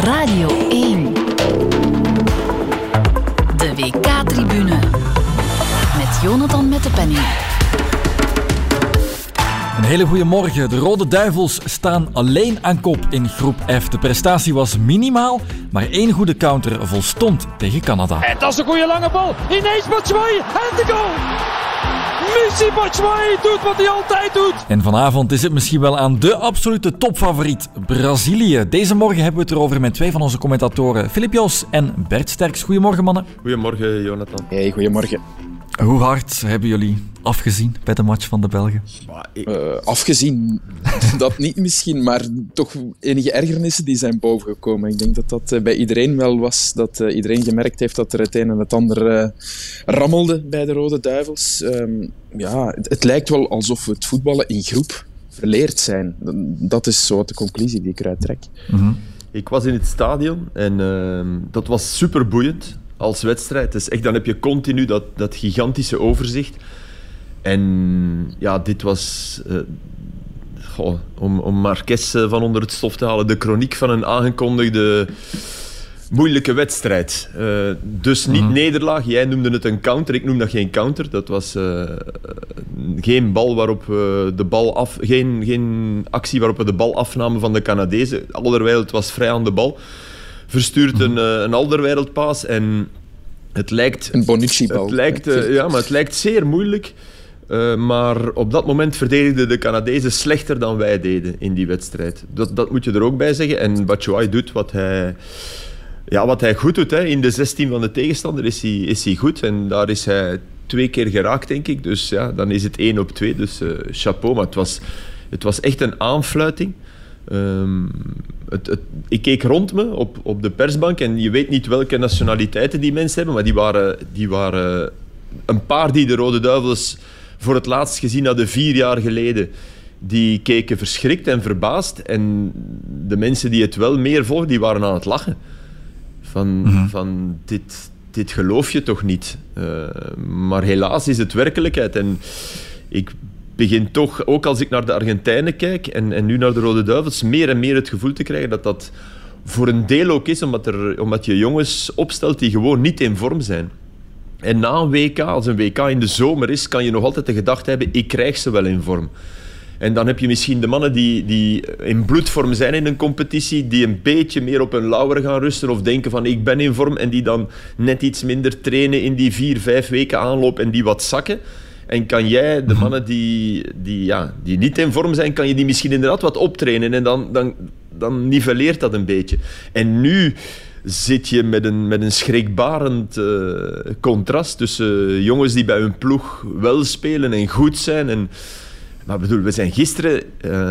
Radio 1. De WK-tribune. Met Jonathan met de penning. Een hele goede morgen. De Rode Duivels staan alleen aan kop in groep F. De prestatie was minimaal, maar 1 goede counter volstond tegen Canada. En dat is een goede lange bal. Ineens Batshuayi en de goal. Michy Batshuayi doet wat hij altijd doet. En vanavond is het misschien wel aan de absolute topfavoriet, Brazilië. Deze morgen hebben we het erover met 2 van onze commentatoren, Filip Joos en Bert Sterks. Goedemorgen, mannen. Goedemorgen, Jonathan. Hey, goedemorgen. Hoe hard hebben jullie afgezien bij de match van de Belgen? Afgezien, dat niet misschien, maar toch enige ergernissen die zijn bovengekomen. Ik denk dat dat bij iedereen wel was, dat iedereen gemerkt heeft dat er het een en het ander rammelde bij de Rode Duivels. Het lijkt wel alsof we het voetballen in groep verleerd zijn. Dat is zo de conclusie die ik eruit trek. Mm-hmm. Ik was in het stadion en dat was superboeiend. Als wedstrijd. Dus echt, dan heb je continu dat gigantische overzicht. En ja, dit was... om Marquez van onder het stof te halen, de chroniek van een aangekondigde moeilijke wedstrijd. Dus niet nederlaag. Jij noemde het een counter, ik noem dat geen counter. Dat was geen bal waarop we de bal geen actie waarop we de bal afnamen van de Canadezen. Alderweireld was vrij aan de bal. Verstuurt een Alderweireld-paas en het lijkt... Een Bonucci-bal. Het lijkt zeer moeilijk. Maar op dat moment verdedigden de Canadezen slechter dan wij deden in die wedstrijd. Dat moet je er ook bij zeggen. En Batshuayi doet wat hij goed doet. Hè. In de 16 van de tegenstander is hij goed. En daar is hij 2 keer geraakt, denk ik. Dus ja, dan is het 1-2. Dus chapeau. Maar het was echt een aanfluiting. Ik keek rond me op de persbank en je weet niet welke nationaliteiten die mensen hebben, maar die waren een paar die de Rode Duivels voor het laatst gezien hadden 4 jaar geleden. Die keken verschrikt en verbaasd en de mensen die het wel meer volgden, die waren aan het lachen. Van dit geloof je toch niet. Maar helaas is het werkelijkheid en ik begin toch, ook als ik naar de Argentijnen kijk en nu naar de Rode Duivels, meer en meer het gevoel te krijgen dat voor een deel ook is omdat je jongens opstelt die gewoon niet in vorm zijn. En na een WK, als een WK in de zomer is, kan je nog altijd de gedachte hebben, ik krijg ze wel in vorm. En dan heb je misschien de mannen die in bloedvorm zijn in een competitie, die een beetje meer op hun lauwer gaan rusten of denken van ik ben in vorm en die dan net iets minder trainen in die 4-5 weken aanloop en die wat zakken. En kan jij de mannen die niet in vorm zijn, kan je die misschien inderdaad wat optrainen en dan nivelleert dat een beetje. En nu zit je met een schrikbarend contrast tussen jongens die bij hun ploeg wel spelen en goed zijn. Maar bedoel, we zijn gisteren...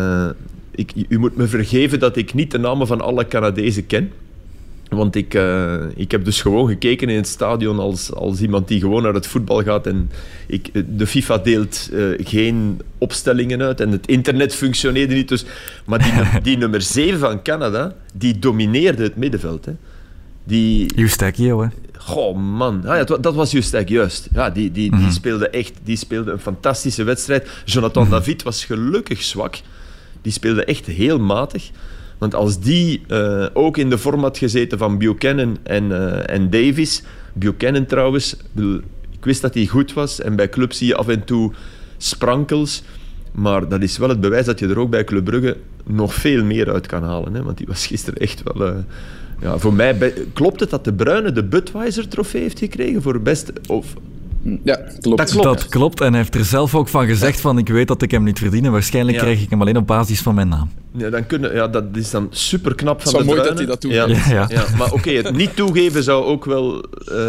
u moet me vergeven dat ik niet de namen van alle Canadezen ken. Want ik heb dus gewoon gekeken in het stadion als iemand die gewoon naar het voetbal gaat. En de FIFA deelt geen opstellingen uit en het internet functioneerde niet. Dus, maar die nummer 7 van Canada, die domineerde het middenveld. Hè. Eustachio, hè? Goh, man. Ah, ja, dat was Eustachio, juist. Ja, die speelde een fantastische wedstrijd. Jonathan David was gelukkig zwak. Die speelde echt heel matig. Want als die ook in de vorm had gezeten van Buchanan en Davies... Buchanan trouwens, ik wist dat hij goed was. En bij club zie je af en toe sprankels. Maar dat is wel het bewijs dat je er ook bij Club Brugge nog veel meer uit kan halen. Hè? Want die was gisteren echt wel... voor mij klopt het dat De Bruyne de Budweiser-trofee heeft gekregen voor best... Ja, klopt. Dat klopt. En hij heeft er zelf ook van gezegd van ik weet dat ik hem niet verdien. Waarschijnlijk krijg ik hem alleen op basis van mijn naam. Ja, dat is dan super knap van De Bruyne. Het is mooi dat hij dat doet. Ja, maar oké, het niet toegeven zou ook wel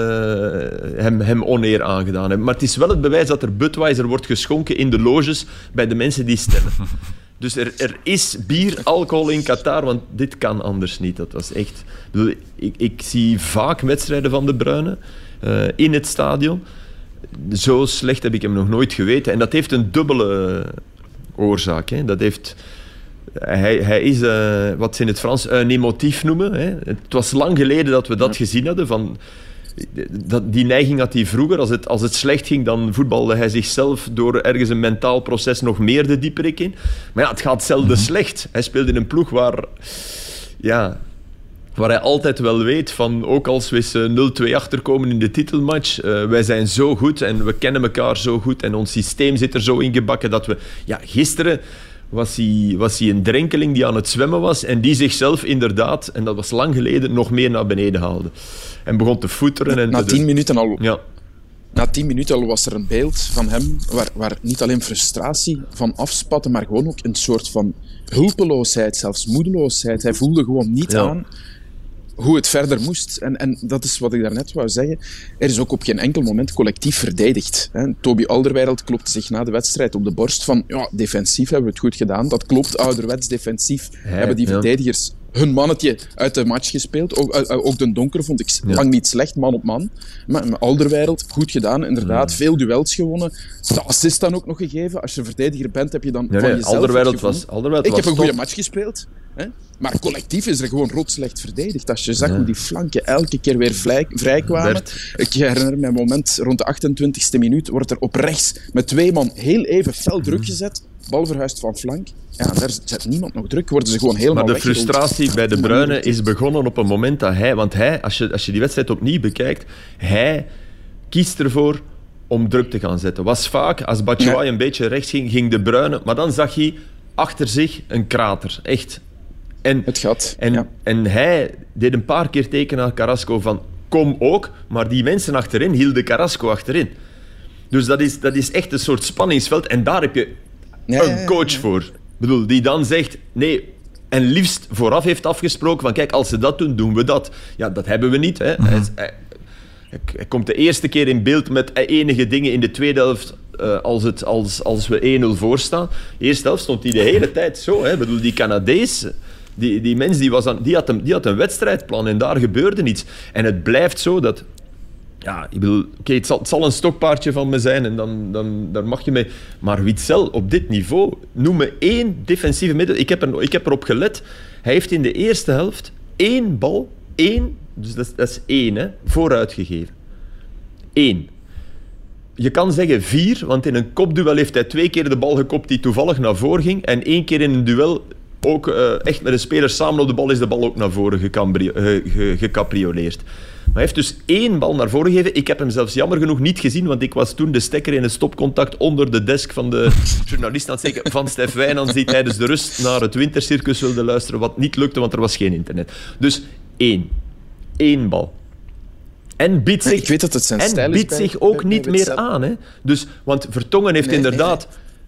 hem oneer aangedaan hebben. Maar het is wel het bewijs dat er Budweiser wordt geschonken in de loges bij de mensen die stemmen. Dus er is bier, alcohol in Qatar, want dit kan anders niet. Dat was echt... Ik zie vaak wedstrijden van De Bruyne in het stadion. Zo slecht heb ik hem nog nooit geweten. En dat heeft een dubbele oorzaak. Hè. Dat heeft... Hij is wat ze in het Frans un émotief noemen. Hè. Het was lang geleden dat we dat gezien hadden. Die neiging had hij vroeger. Als het slecht ging, dan voetbalde hij zichzelf door ergens een mentaal proces nog meer de dieperik in. Maar ja, het gaat zelden slecht. Hij speelde in een ploeg waar... Ja, waar hij altijd wel weet van, ook als we eens 0-2 achterkomen in de titelmatch, wij zijn zo goed en we kennen elkaar zo goed en ons systeem zit er zo ingebakken dat we... Ja, gisteren was hij een drenkeling die aan het zwemmen was en die zichzelf inderdaad, en dat was lang geleden, nog meer naar beneden haalde. En begon te voeteren. En na 10 minuten al... Ja. Na 10 minuten al was er een beeld van hem waar niet alleen frustratie van afspatte, maar gewoon ook een soort van hulpeloosheid, zelfs moedeloosheid. Hij voelde gewoon niet aan hoe het verder moest. En dat is wat ik daarnet wou zeggen. Er is ook op geen enkel moment collectief verdedigd. Toby Alderweireld klopte zich na de wedstrijd op de borst van defensief hebben we het goed gedaan. Dat klopt, ouderwets defensief hebben die verdedigers hun mannetje uit de match gespeeld. Ook de Donker vond ik lang niet slecht, man op man. Maar Alderweireld, goed gedaan, inderdaad. Veel duels gewonnen. De assist dan ook nog gegeven. Als je verdediger bent, heb je dan van jezelf Alderweireld ik heb een goede match gespeeld. Maar collectief is er gewoon rotslecht verdedigd. Als je zag hoe die flanken elke keer weer vrijkwamen. Ik herinner me een moment, rond de 28e minuut, wordt er op rechts met 2 man heel even fel druk gezet. Bal verhuist van flank. Ja, daar zet niemand nog druk. Worden ze gewoon helemaal Maar de frustratie bij De Bruyne is begonnen op een moment dat hij... Want als je die wedstrijd opnieuw bekijkt, hij kiest ervoor om druk te gaan zetten. Was vaak, als Batshuayi een beetje rechts ging, ging De Bruyne... Maar dan zag hij achter zich een krater. Echt. Het gat. En hij deed een paar keer tekenen aan Carrasco van... Kom ook, maar die mensen achterin hielden Carrasco achterin. Dus dat is echt een soort spanningsveld. En daar heb je een coach voor. Ik bedoel, die dan zegt... Nee, en liefst vooraf heeft afgesproken van... Kijk, als ze dat doen, doen we dat. Ja, dat hebben we niet. Hè. Hij komt de eerste keer in beeld met enige dingen in de tweede helft... Als we 1-0 voorstaan. De eerste helft stond hij de hele tijd zo. Hè. Ik bedoel, die Canadees... Die mens die had een wedstrijdplan en daar gebeurde niets. En het blijft zo dat... Ja, ik bedoel, het zal een stokpaardje van me zijn en dan daar mag je mee... Maar Witsel op dit niveau, noem me 1 defensieve middel. Ik heb erop gelet. Hij heeft in de eerste helft 1 bal, dus dat is 1, hè, vooruitgegeven. 1. Je kan zeggen 4, want in een kopduel heeft hij 2 keer de bal gekopt die toevallig naar voren ging en 1 keer in een duel... Ook echt met een speler samen op de bal is de bal ook naar voren gecaprioleerd. Maar hij heeft dus 1 bal naar voren gegeven. Ik heb hem zelfs jammer genoeg niet gezien, want ik was toen de stekker in het stopcontact onder de desk van de journalist aan het zeggen van Stef Wijnands, die tijdens de rust naar het wintercircus wilde luisteren, wat niet lukte, want er was geen internet. Dus 1. 1 bal. En biedt zich, ik weet dat het zijn stijl is zich ook niet meer aan. Hè? Dus, want Vertongen heeft inderdaad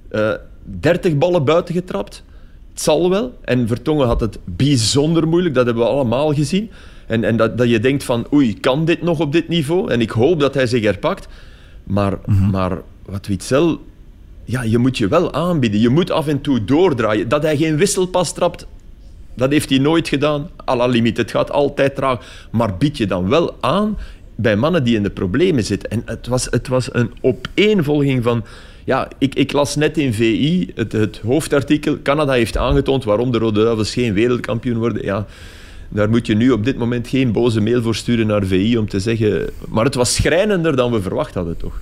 30 ballen buiten getrapt. Het zal wel. En Vertongen had het bijzonder moeilijk. Dat hebben we allemaal gezien. En dat je denkt van, oei, kan dit nog op dit niveau? En ik hoop dat hij zich herpakt. Maar wat Witsel... Ja, je moet je wel aanbieden. Je moet af en toe doordraaien. Dat hij geen wisselpas trapt, dat heeft hij nooit gedaan. À la limiet. Het gaat altijd traag. Maar bied je dan wel aan bij mannen die in de problemen zitten. En het was een opeenvolging van... Ja, ik las net in VI het hoofdartikel. Canada heeft aangetoond waarom de Rode Duivels geen wereldkampioen worden. Ja, daar moet je nu op dit moment geen boze mail voor sturen naar VI om te zeggen... Maar het was schrijnender dan we verwacht hadden, toch?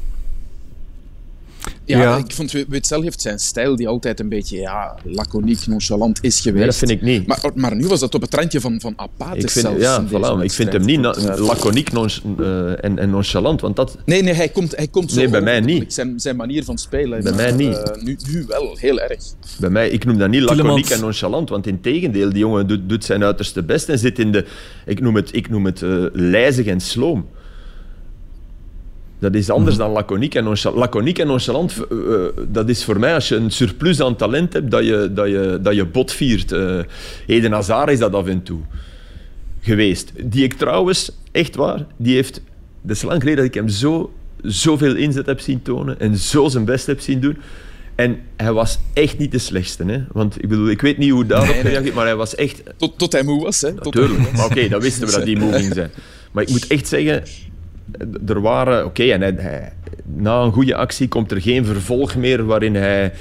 Ja, ik vond Witsel heeft zijn stijl die altijd een beetje laconiek, nonchalant is geweest. Ja, dat vind ik niet. Maar nu was dat op het randje van apathisch zelfs. Ja, voilà, ik vind hem niet laconiek en nonchalant, want dat... Nee, hij komt zo. Nee, bij mij niet. Zijn manier van spelen. Bij mij niet. Nu wel, heel erg. Bij mij, ik noem dat niet laconiek en nonchalant, want integendeel, die jongen doet zijn uiterste best en zit in de... Ik noem het lijzig en sloom. Dat is anders dan laconiek en nonchalant. Laconiek en nonchalant, dat is voor mij als je een surplus aan talent hebt, dat je bot viert. Eden Hazard is dat af en toe geweest. Die ik trouwens, echt waar, die heeft... Dat is lang geleden dat ik hem zoveel inzet heb zien tonen en zo zijn best heb zien doen. En hij was echt niet de slechtste. Hè? Want ik bedoel, ik weet niet hoe daarop gereageerd, maar hij was echt... Tot hij moe was, hè? Natuurlijk. Maar oké, dan wisten we dat die moe ging zijn. Maar ik moet echt zeggen... Er waren... na een goede actie komt er geen vervolg meer waarin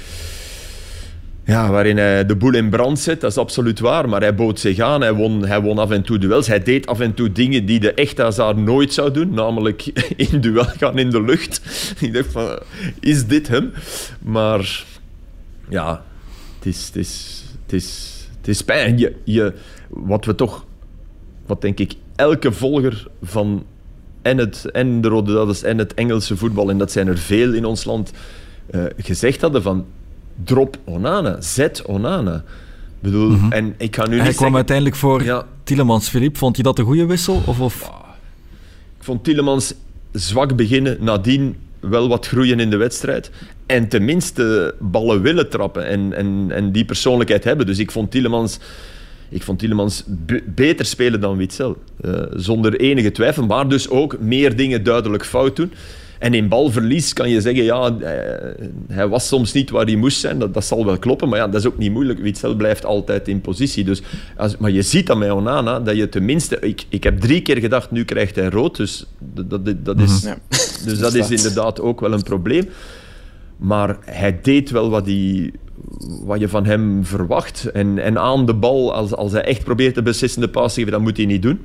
hij de boel in brand zet. Dat is absoluut waar. Maar hij bood zich aan. Hij won af en toe duels. Hij deed af en toe dingen die de echte Hazard nooit zou doen. Namelijk in duel gaan in de lucht. Ik dacht van... Is dit hem? Maar... Ja... Het is pijn. Wat we toch... wat denk ik elke volger van en de Rode Duivels en het Engelse voetbal, en dat zijn er veel in ons land, gezegd hadden van drop Onana, zet Onana. Ik bedoel, en ik ga nu Hij niet kwam uiteindelijk voor Ja. Tielemans. Philippe, vond je dat een goede wissel? Of? Ik vond Tielemans zwak beginnen, nadien wel wat groeien in de wedstrijd. En tenminste ballen willen trappen en die persoonlijkheid hebben. Dus ik vond Tielemans beter spelen dan Witsel. Zonder enige twijfel, maar dus ook meer dingen duidelijk fout doen. En in balverlies kan je zeggen, ja, hij was soms niet waar hij moest zijn. Dat zal wel kloppen, maar ja, dat is ook niet moeilijk. Witsel blijft altijd in positie. Dus maar je ziet dan met Onana dat je tenminste... Ik heb 3 keer gedacht, nu krijgt hij rood. Dus dat is inderdaad ook wel een probleem. Maar hij deed wel wat je van hem verwacht. En aan de bal, als hij echt probeert de beslissende paas te geven, dat moet hij niet doen.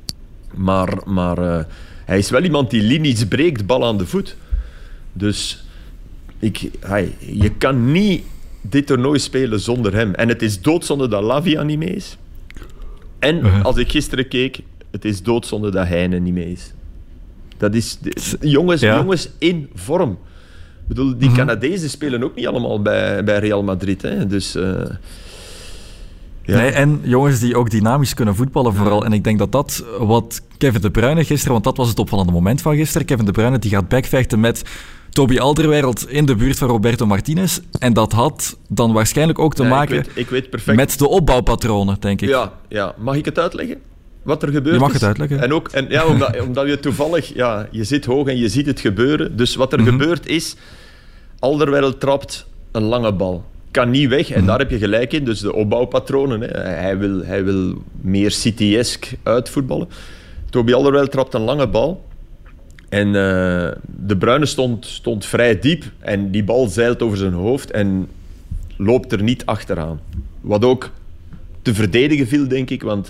Maar hij is wel iemand die linies breekt, bal aan de voet. Dus je kan niet dit toernooi spelen zonder hem. En het is doodzonde dat Lavia niet mee is. En als ik gisteren keek, het is doodzonde dat Heine niet mee is. Dat is... Jongens in vorm. Ik bedoel, die Canadezen spelen ook niet allemaal bij Real Madrid. Hè. Dus... Ja. Nee, en jongens die ook dynamisch kunnen voetballen vooral. En ik denk dat wat Kevin De Bruyne gisteren, want dat was het opvallende moment van gisteren, Kevin De Bruyne die gaat backvechten met Toby Alderweireld in de buurt van Roberto Martinez. En dat had dan waarschijnlijk ook te maken ik weet perfect. met de opbouwpatronen, denk ik. Ja. Mag ik het uitleggen? Wat er gebeurt? Je mag het uitleggen. Omdat je toevallig... Ja, je zit hoog en je ziet het gebeuren. Dus wat er gebeurt is... Alderweireld trapt een lange bal. Kan niet weg, en daar heb je gelijk in. Dus de opbouwpatronen. Hè. Hij wil meer City-esk uitvoetballen. Toby Alderweireld trapt een lange bal. En De Bruyne stond vrij diep. En die bal zeilt over zijn hoofd en loopt er niet achteraan. Wat ook te verdedigen viel, denk ik. Want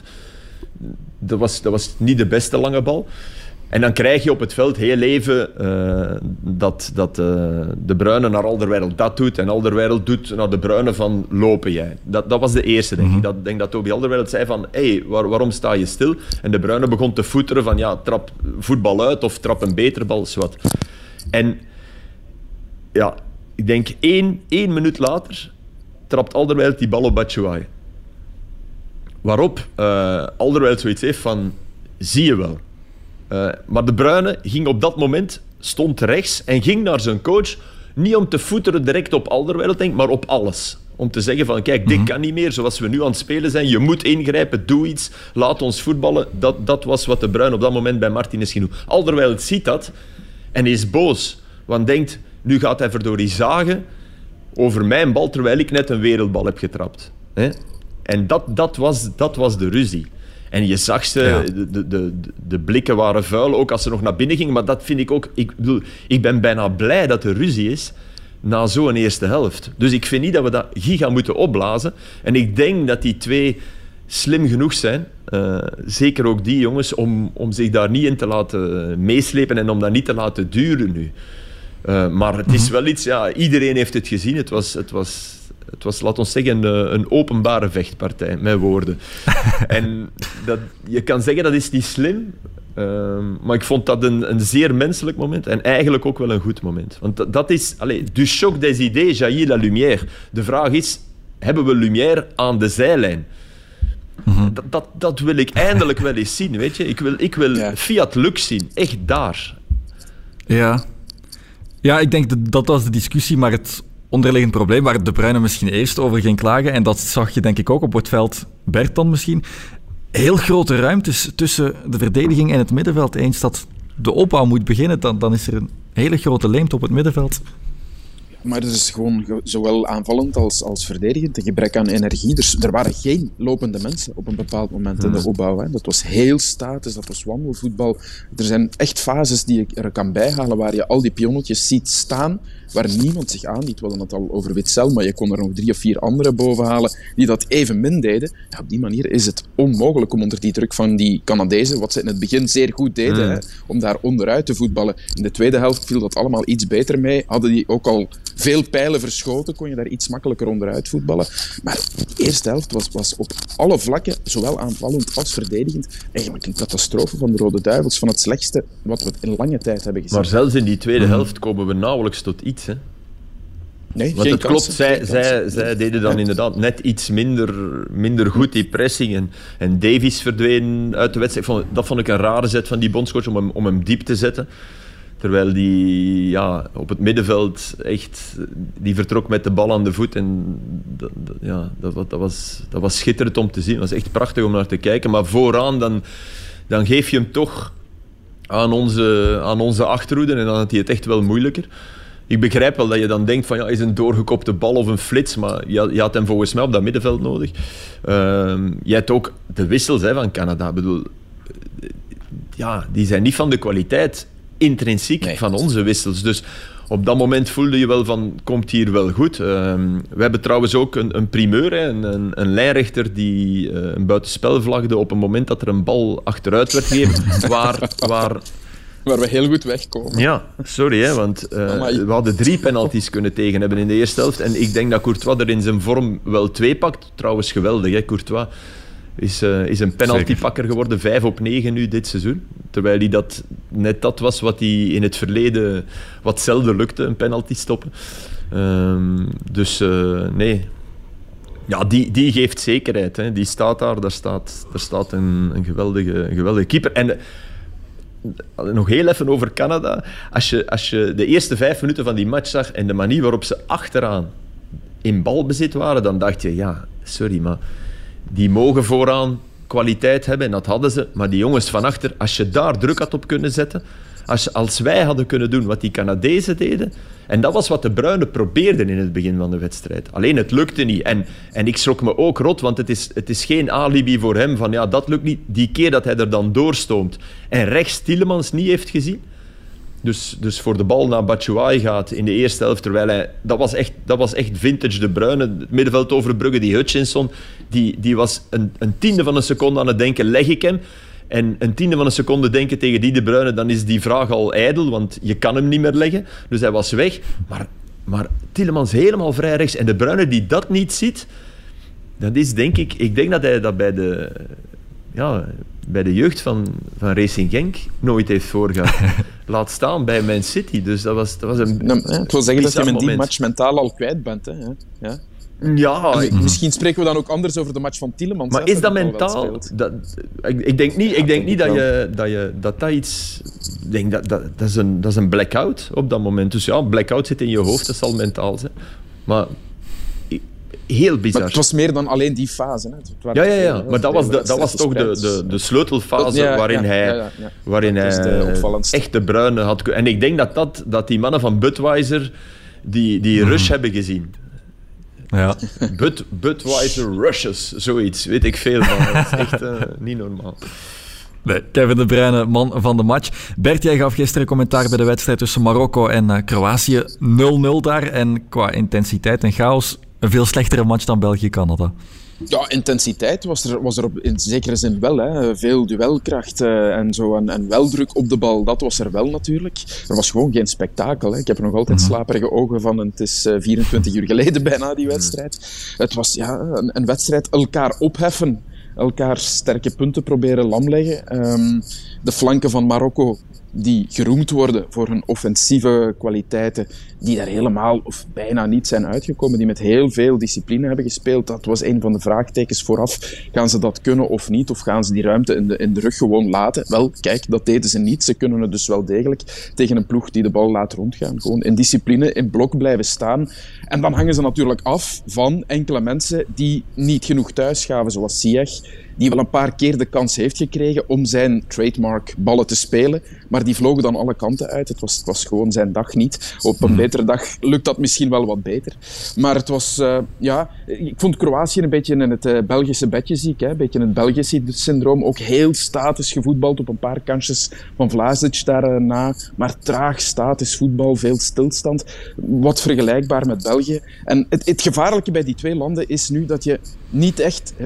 dat was niet de beste lange bal. En dan krijg je op het veld heel even dat De Bruyne naar Alderweireld dat doet en Alderweireld doet naar De Bruyne van lopen jij. Dat was de eerste, denk ik. Ik denk dat Toby Alderweireld zei van waarom sta je stil? En De Bruyne begon te voeteren van trap voetbal uit of trap een betere bal, zwart. En ja, ik denk 1 minuut later trapt Alderweireld die bal op Batshuayi. Waarop Alderweireld zoiets heeft van, zie je wel. Maar De Bruyne ging op dat moment, stond rechts en ging naar zijn coach, niet om te voeteren direct op Alderweireld, denk ik, maar op alles. Om te zeggen van, kijk, dit kan niet meer, zoals we nu aan het spelen zijn. Je moet ingrijpen, doe iets, laat ons voetballen. Dat was wat De Bruyne op dat moment bij Martinez ging doen. Alderweireld ziet dat en is boos, want denkt, nu gaat hij verdorie zagen over mijn bal, terwijl ik net een wereldbal heb getrapt. Hè? En dat was de ruzie. En je zag ze, de blikken waren vuil, ook als ze nog naar binnen gingen. Maar dat vind ik ook... Ik ben bijna blij dat er ruzie is na zo'n eerste helft. Dus ik vind niet dat we dat giga moeten opblazen. En ik denk dat die 2 slim genoeg zijn, zeker ook die jongens, om zich daar niet in te laten meeslepen en om dat niet te laten duren nu. Maar het is wel iets... iedereen heeft het gezien. Het was, laat ons zeggen, een openbare vechtpartij, met woorden. En je kan zeggen, dat is niet slim, maar ik vond dat een zeer menselijk moment en eigenlijk ook wel een goed moment. Want dat is... du choc des idées jaillit la lumière. De vraag is, hebben we lumière aan de zijlijn? Dat wil ik eindelijk wel eens zien, weet je. Ik wil Fiat Lux zien, echt daar. Ja, ik denk dat was de discussie, maar het onderliggend probleem waar De Bruyne misschien eerst over ging klagen, en dat zag je denk ik ook op het veld, Bert dan misschien, heel grote ruimtes tussen de verdediging en het middenveld. Eens dat de opbouw moet beginnen, dan is er een hele grote leemte op het middenveld. Maar het is gewoon zowel aanvallend als verdedigend een gebrek aan energie. Dus er waren geen lopende mensen op een bepaald moment in de opbouw. Hè. Dat was heel statisch, dat was wandelvoetbal. Er zijn echt fases die ik er kan bijhalen waar je al die pionnetjes ziet staan, waar niemand zich aanbiedt. We hadden het al over Witsel, maar je kon er nog 3 of 4 andere boven halen die dat evenmin deden. Ja, op die manier is het onmogelijk om onder die druk van die Canadezen, wat ze in het begin zeer goed deden, om daar onderuit te voetballen. In de tweede helft viel dat allemaal iets beter mee. Hadden die ook al veel pijlen verschoten, kon je daar iets makkelijker onderuit voetballen. Maar de eerste helft was op alle vlakken, zowel aanvallend als verdedigend, eigenlijk een catastrofe van de Rode Duivels, van het slechtste wat we in lange tijd hebben gezien. Maar zelfs in die tweede helft komen we nauwelijks tot iets, hè. Nee, want het klopt, kansen. zij deden dan inderdaad net iets minder goed, die pressing. En Davies verdween uit de wedstrijd. Dat vond ik een rare zet van die bondscoach om hem diep te zetten. Terwijl die op het middenveld echt... Die vertrok met de bal aan de voet. En dat was schitterend om te zien. Dat was echt prachtig om naar te kijken. Maar vooraan, dan geef je hem toch aan onze achterhoede. En dan had hij het echt wel moeilijker. Ik begrijp wel dat je dan denkt van is een doorgekopte bal of een flits, maar je had hem volgens mij op dat middenveld nodig. Je hebt ook de wissels van Canada. Ik bedoel, die zijn niet van de kwaliteit intrinsiek van onze wissels. Dus op dat moment voelde je wel van, komt hier wel goed. We hebben trouwens ook een primeur, een lijnrechter die een buitenspel vlagde op een moment dat er een bal achteruit werd gegeven, waar we heel goed wegkomen. Ja, sorry, want we hadden 3 penalties kunnen tegen hebben in de eerste helft. En ik denk dat Courtois er in zijn vorm wel 2 pakt. Trouwens, geweldig, hè? Courtois is een penaltypakker geworden, 5 op 9 nu dit seizoen. Terwijl hij dat was wat hij in het verleden wat zelden lukte, een penalty stoppen. Nee. Ja, die geeft zekerheid. Hè? Die staat daar staat een geweldige keeper. En nog heel even over Canada. Als je de eerste 5 minuten van die match zag en de manier waarop ze achteraan in balbezit waren, dan dacht je, sorry, maar die mogen vooraan kwaliteit hebben, en dat hadden ze. Maar die jongens van achter, als je daar druk had op kunnen zetten, als wij hadden kunnen doen wat die Canadezen deden, en dat was wat de Bruinen probeerden in het begin van de wedstrijd. Alleen het lukte niet. En ik schrok me ook rot, want het is geen alibi voor hem van dat lukt niet. Die keer dat hij er dan doorstoomt en rechts Tielemans niet heeft gezien, dus voor de bal naar Batshuayi gaat in de eerste helft, terwijl hij... Dat was echt vintage de Bruyne. Het middenveld overbruggen, die Hutchinson, die was een tiende van een seconde aan het denken, leg ik hem? En een tiende van een seconde denken tegen die De Bruyne, dan is die vraag al ijdel, want je kan hem niet meer leggen. Dus hij was weg. Maar Tielemans helemaal vrij rechts. En De Bruyne die dat niet ziet, dat is denk ik... Ik denk dat hij dat bij de jeugd van Racing Genk nooit heeft voorgehad. Laat staan bij Man City. Dus dat was een... Het wil zeggen dat je met die match mentaal al kwijt bent. Hè? Ja. Ja, misschien spreken we dan ook anders over de match van Tielemans. Maar is dat mentaal? Ik denk niet dat iets... Ik denk dat is een blackout op dat moment. Dus blackout zit in je hoofd, dat zal mentaal zijn. Maar heel bizar. Maar het was meer dan alleen die fase. Hè? Ja, maar dat was toch de sleutelfase waarin hij echt de Bruyne had... En ik denk dat die mannen van Budweiser die rush hebben gezien. Ja. Budweiser rushes, zoiets, weet ik veel. Maar dat is echt niet normaal. Nee, Kevin De Bruyne, man van de match. Bert, jij gaf gisteren commentaar bij de wedstrijd tussen Marokko en Kroatië. 0-0 daar. En qua intensiteit en chaos, een veel slechtere match dan België-Canada. Ja, intensiteit was er op, in zekere zin wel. Hè. Veel duelkracht en zo. En wel druk op de bal, dat was er wel natuurlijk. Er was gewoon geen spektakel. Hè. Ik heb er nog altijd slaperige ogen van. En het is 24 uur geleden bijna, die wedstrijd. Het was een wedstrijd elkaar opheffen. Elkaar sterke punten proberen lam leggen. De flanken van Marokko, die geroemd worden voor hun offensieve kwaliteiten, die daar helemaal of bijna niet zijn uitgekomen, die met heel veel discipline hebben gespeeld. Dat was een van de vraagtekens vooraf. Gaan ze dat kunnen of niet? Of gaan ze die ruimte in de rug gewoon laten? Wel, kijk, dat deden ze niet. Ze kunnen het dus wel degelijk tegen een ploeg die de bal laat rondgaan. Gewoon in discipline, in blok blijven staan. En dan hangen ze natuurlijk af van enkele mensen die niet genoeg thuis gaven, zoals Ziyech, die wel een paar keer de kans heeft gekregen om zijn trademark ballen te spelen, maar die vlogen dan alle kanten uit. Het was gewoon zijn dag niet. Op een betere dag lukt dat misschien wel wat beter. Maar het was, ik vond Kroatië een beetje in het Belgische bedje ziek, hè? Een beetje het Belgische syndroom. Ook heel statisch gevoetbald op een paar kansjes van Vlasic daarna, maar traag statisch voetbal, veel stilstand. Wat vergelijkbaar met België. En het gevaarlijke bij die twee landen is nu dat je niet echt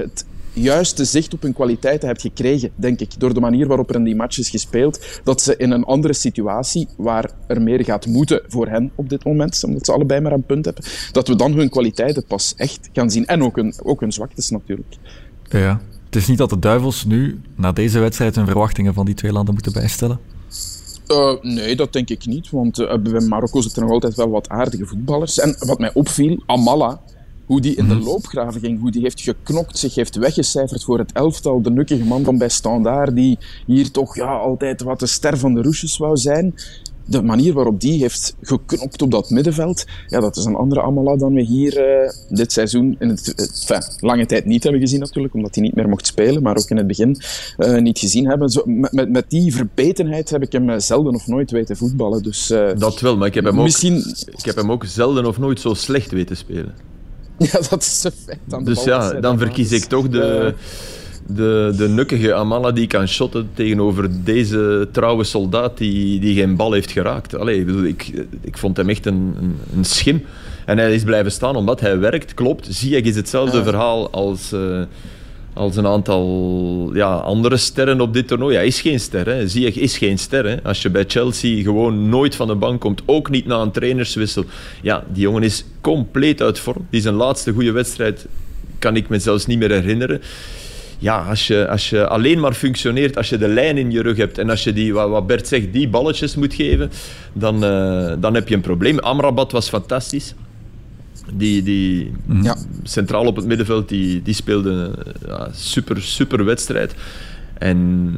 juiste zicht op hun kwaliteiten hebt gekregen, denk ik, door de manier waarop er in die match is gespeeld, dat ze in een andere situatie, waar er meer gaat moeten voor hen op dit moment, omdat ze allebei maar een punt hebben, dat we dan hun kwaliteiten pas echt gaan zien. En ook hun zwaktes natuurlijk. Ja. Het is niet dat de Duivels nu, na deze wedstrijd, hun verwachtingen van die twee landen moeten bijstellen? Nee, dat denk ik niet, want bij Marokko zitten nog altijd wel wat aardige voetballers. En wat mij opviel, Amala, hoe die in de loopgraven ging, hoe die heeft geknokt, zich heeft weggecijferd voor het elftal, de nukkige man van bij Standaard, die hier toch altijd wat de ster van de roesjes wou zijn. De manier waarop die heeft geknokt op dat middenveld, dat is een andere Amala dan we hier dit seizoen lange tijd niet hebben gezien natuurlijk, omdat hij niet meer mocht spelen, maar ook in het begin niet gezien hebben. Zo, met die verbetenheid heb ik hem zelden of nooit weten voetballen. Dus, dat wel, maar ik heb hem ook zelden of nooit zo slecht weten spelen. Ja, dat is een feit. Aan de dus bal dan verkies ik toch de nukkige Amala die kan shotten tegenover deze trouwe soldaat die geen bal heeft geraakt. Allee, ik vond hem echt een schim. En hij is blijven staan omdat hij werkt, klopt. Ziyech is hetzelfde verhaal als een aantal andere sterren op dit toernooi. Hij is geen ster, hè. Ziyech is geen ster. Hè. Als je bij Chelsea gewoon nooit van de bank komt, ook niet na een trainerswissel. Ja, die jongen is compleet uit vorm. Die zijn laatste goede wedstrijd kan ik me zelfs niet meer herinneren. Ja, als je alleen maar functioneert, als je de lijn in je rug hebt en als je die, wat Bert zegt, die balletjes moet geven, dan heb je een probleem. Amrabat was fantastisch. Die centraal op het middenveld, die speelde super wedstrijd. En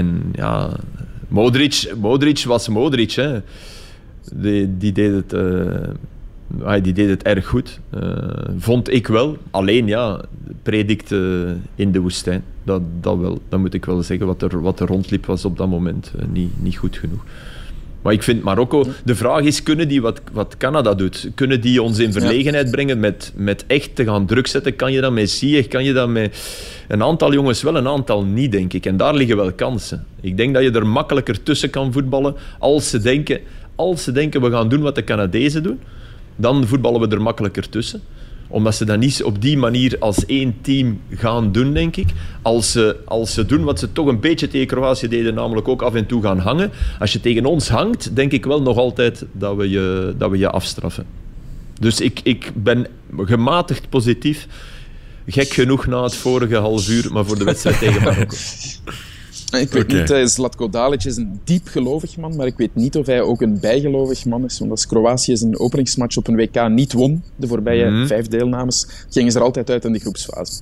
Modric was Modric, hè. Die deed het erg goed, vond ik wel. Alleen predikt in de woestijn. Dat wel, dat moet ik wel zeggen. Wat er rondliep was op dat moment niet goed genoeg. Maar ik vind Marokko... De vraag is, kunnen die wat Canada doet? Kunnen die ons in verlegenheid brengen met echt te gaan druk zetten? Kan je dat met Ziyech? Kan je dat met een aantal jongens wel, een aantal niet, denk ik. En daar liggen wel kansen. Ik denk dat je er makkelijker tussen kan voetballen als ze denken we gaan doen wat de Canadezen doen. Dan voetballen we er makkelijker tussen. Omdat ze dat niet op die manier als één team gaan doen, denk ik. Als ze doen wat ze toch een beetje tegen Kroatië deden, namelijk ook af en toe gaan hangen. Als je tegen ons hangt, denk ik wel nog altijd dat we je afstraffen. Dus ik ben gematigd positief. Gek genoeg na het vorige half uur, maar voor de wedstrijd tegen Marokko. Ik weet niet, Zlatko Dalic is een diep gelovig man, maar ik weet niet of hij ook een bijgelovig man is. Want als Kroatië zijn openingsmatch op een WK niet won, de voorbije 5 deelnames, gingen ze er altijd uit in de groepsfase.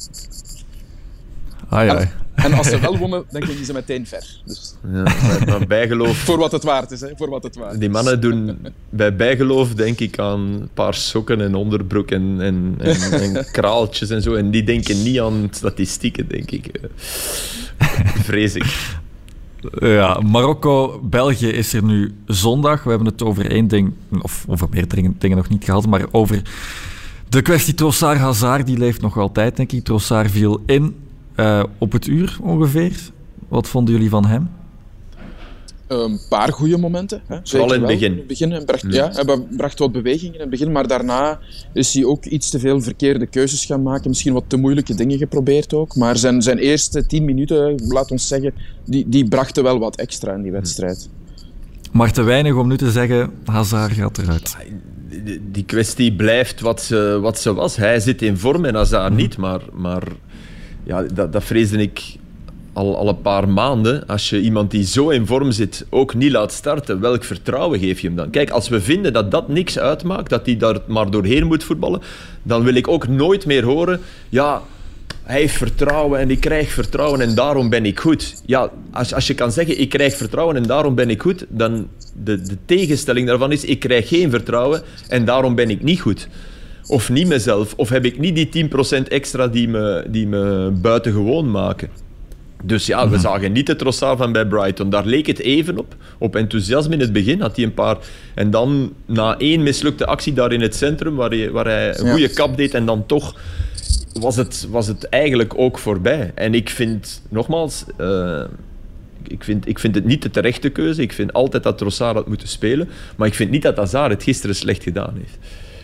En als ze wel wonnen, dan gingen ze meteen ver. Dus. Ja, maar bijgeloof... Voor wat het waard is, hè. Voor wat het waard is. Die mannen doen bij bijgeloof, denk ik, aan een paar sokken en onderbroek en kraaltjes en zo. En die denken niet aan statistieken, denk ik. Vrees ik. Ja, Marokko-België is er nu zondag. We hebben het over één ding, of over meerdere dingen nog niet gehad, maar over de kwestie Trossard-Hazard, die leeft nog altijd, denk ik. Trossard viel in op het uur ongeveer. Wat vonden jullie van hem? Een paar goede momenten. Hè. Vooral in het begin. Hij bracht wat beweging in het begin, maar daarna is hij ook iets te veel verkeerde keuzes gaan maken. Misschien wat te moeilijke dingen geprobeerd ook. Maar zijn eerste 10 minuten, laat ons zeggen, die brachten wel wat extra in die wedstrijd. Maar te weinig om nu te zeggen, Hazard gaat eruit. Die kwestie blijft wat ze was. Hij zit in vorm en Hazard niet, maar dat vreesde ik al een paar maanden. Als je iemand die zo in vorm zit ook niet laat starten, welk vertrouwen geef je hem dan? Kijk, als we vinden dat niks uitmaakt, dat hij daar maar doorheen moet voetballen, dan wil ik ook nooit meer horen, hij heeft vertrouwen en ik krijg vertrouwen en daarom ben ik goed. Ja, als je kan zeggen, ik krijg vertrouwen en daarom ben ik goed, dan de tegenstelling daarvan is, ik krijg geen vertrouwen en daarom ben ik niet goed. Of niet mezelf, of heb ik niet die 10% extra die me buitengewoon maken. Dus we zagen niet de Trossard van bij Brighton. Daar leek het even op enthousiasme in het begin. Had hij een paar... En dan, na 1 mislukte actie daar in het centrum, waar hij een goede kap deed, en dan toch was het eigenlijk ook voorbij. En ik vind, nogmaals... Ik vind het niet de terechte keuze. Ik vind altijd dat Trossard had moeten spelen. Maar ik vind niet dat Hazard het gisteren slecht gedaan heeft.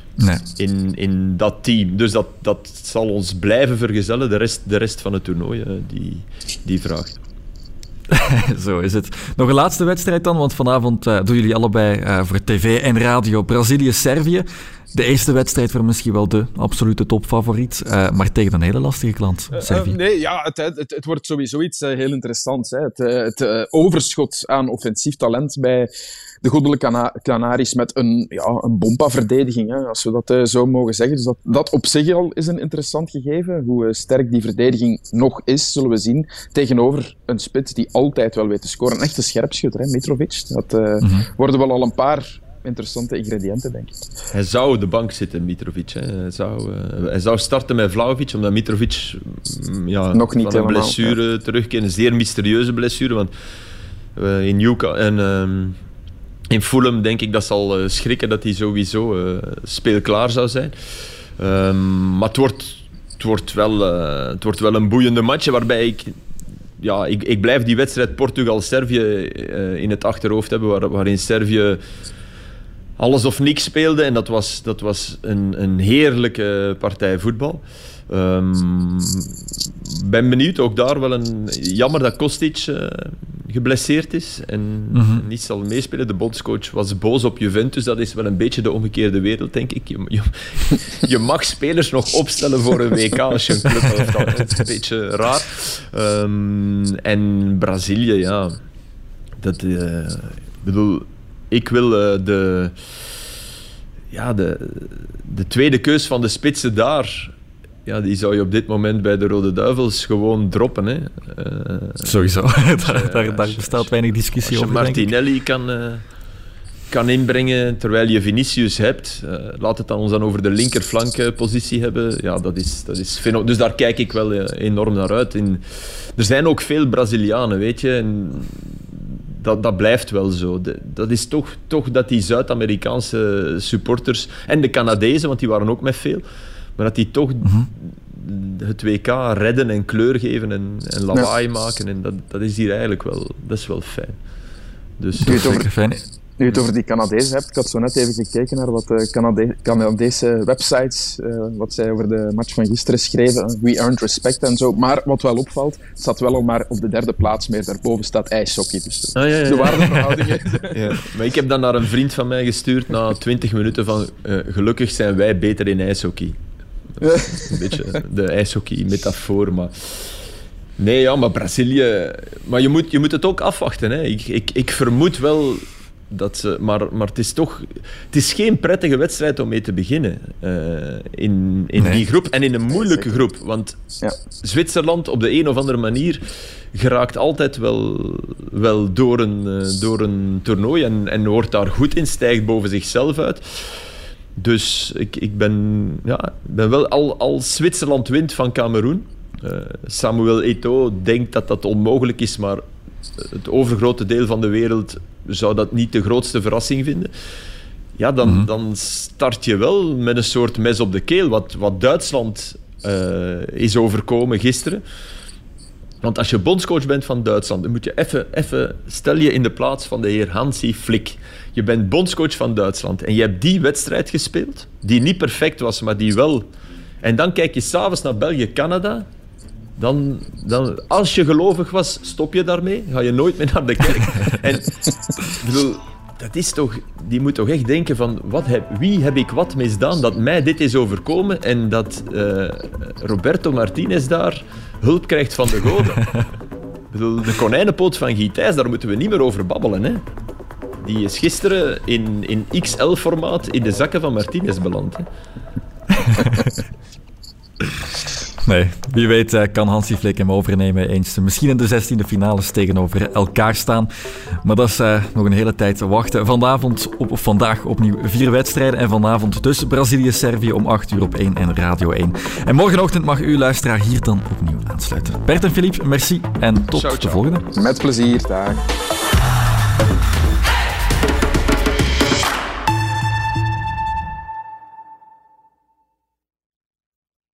in dat team. Dus dat zal ons blijven vergezellen de rest van het toernooi, die vraag. Zo is het. Nog een laatste wedstrijd dan, want vanavond doen jullie allebei voor tv en radio Brazilië-Servië. De eerste wedstrijd voor misschien wel de absolute topfavoriet, maar tegen een hele lastige klant, Servië. Het wordt sowieso iets heel interessants. Hè. Het overschot aan offensief talent bij de goddelijke Canaries met een bompa-verdediging, hè, als we dat zo mogen zeggen. Dus dat op zich al is een interessant gegeven. Hoe sterk die verdediging nog is, zullen we zien. Tegenover een spits die altijd wel weet te scoren. Een echte scherpschutter, hè, Mitrovic. Dat worden wel al een paar interessante ingrediënten, denk ik. Hij zou op de bank zitten, Mitrovic. Hè. Hij zou starten met Vlahovic, omdat Mitrovic nog niet van een blessure terugkeert. Een zeer mysterieuze blessure, want in Newcastle en in Fulham denk ik dat zal schrikken dat hij sowieso speelklaar zou zijn. Maar het wordt wel een boeiende match, waarbij ik blijf die wedstrijd Portugal-Servië in het achterhoofd hebben, waarin Servië alles of niks speelde. En dat was een heerlijke partij voetbal. Ben benieuwd, ook daar wel jammer dat Kostic geblesseerd is en niet zal meespelen. De bondscoach was boos op Juventus. Dat is wel een beetje de omgekeerde wereld, denk ik. Je mag spelers nog opstellen voor een WK als je een club hebt. Dat is een beetje raar. En Brazilië, ik wil de tweede keus van de spitsen daar. Ja, die zou je op dit moment bij de Rode Duivels gewoon droppen. Hè. Sowieso, daar bestaat weinig discussie over. Als je Martinelli kan inbrengen terwijl je Vinicius hebt, laat het ons dan over de linkerflankpositie hebben. Ja, dat is fenomenaal. Dus daar kijk ik wel enorm naar uit. Er zijn ook veel Brazilianen, weet je. En dat blijft wel zo. Dat is toch dat die Zuid-Amerikaanse supporters en de Canadezen, want die waren ook met veel, maar dat die toch het WK redden en kleur geven en lawaai maken. En dat is hier eigenlijk wel, dat is wel fijn. Dus, dat is zeker fijn. Nu je het over die Canadezen hebt, ik had zo net even gekeken naar wat Canadese websites, wat zij over de match van gisteren schreven. We earned respect en zo. Maar wat wel opvalt, het staat wel al maar op de 3e plaats meer. Daarboven staat ijshockey. Dus de waardeverhoudingen. Ja. Maar ik heb dan naar een vriend van mij gestuurd na 20 minuten van gelukkig zijn wij beter in ijshockey. Een beetje de ijshockey-metafoor, maar... Nee, maar Brazilië... Maar je moet het ook afwachten. Hè. Ik vermoed wel... Maar het is toch... Het is geen prettige wedstrijd om mee te beginnen. In die groep. En in een moeilijke groep. Want Zwitserland op de een of andere manier geraakt altijd wel door een toernooi. En wordt daar goed in, stijgt boven zichzelf uit. Dus ik ben wel... Als Zwitserland wint van Kameroen... Samuel Eto'o denkt dat onmogelijk is, maar het overgrote deel van de wereld zou dat niet de grootste verrassing vinden. Ja, dan start je wel met een soort mes op de keel, wat Duitsland is overkomen gisteren. Want als je bondscoach bent van Duitsland, dan moet je even stel je in de plaats van de heer Hansi Flick. Je bent bondscoach van Duitsland en je hebt die wedstrijd gespeeld, die niet perfect was, maar die wel... En dan kijk je s'avonds naar België-Canada... Dan, als je gelovig was, stop je daarmee. Ga je nooit meer naar de kerk. En ik bedoel, dat is toch... Die moet toch echt denken van... Wie heb ik wat misdaan dat mij dit is overkomen en dat Roberto Martinez daar hulp krijgt van de goden. Ik bedoel, de konijnenpoot van Guy Thijs, daar moeten we niet meer over babbelen. Hè. Die is gisteren in XL-formaat in de zakken van Martinez beland. Hè. Nee, wie weet kan Hansi Flick hem overnemen eens misschien in de 16e finales tegenover elkaar staan. Maar dat is nog een hele tijd wachten. Vandaag opnieuw 4 wedstrijden en vanavond dus Brazilië-Servië om 8 uur op 1 en Radio 1. En morgenochtend mag u luisteraar hier dan opnieuw aansluiten. Bert en Philippe, merci en tot de volgende. Met plezier, dag.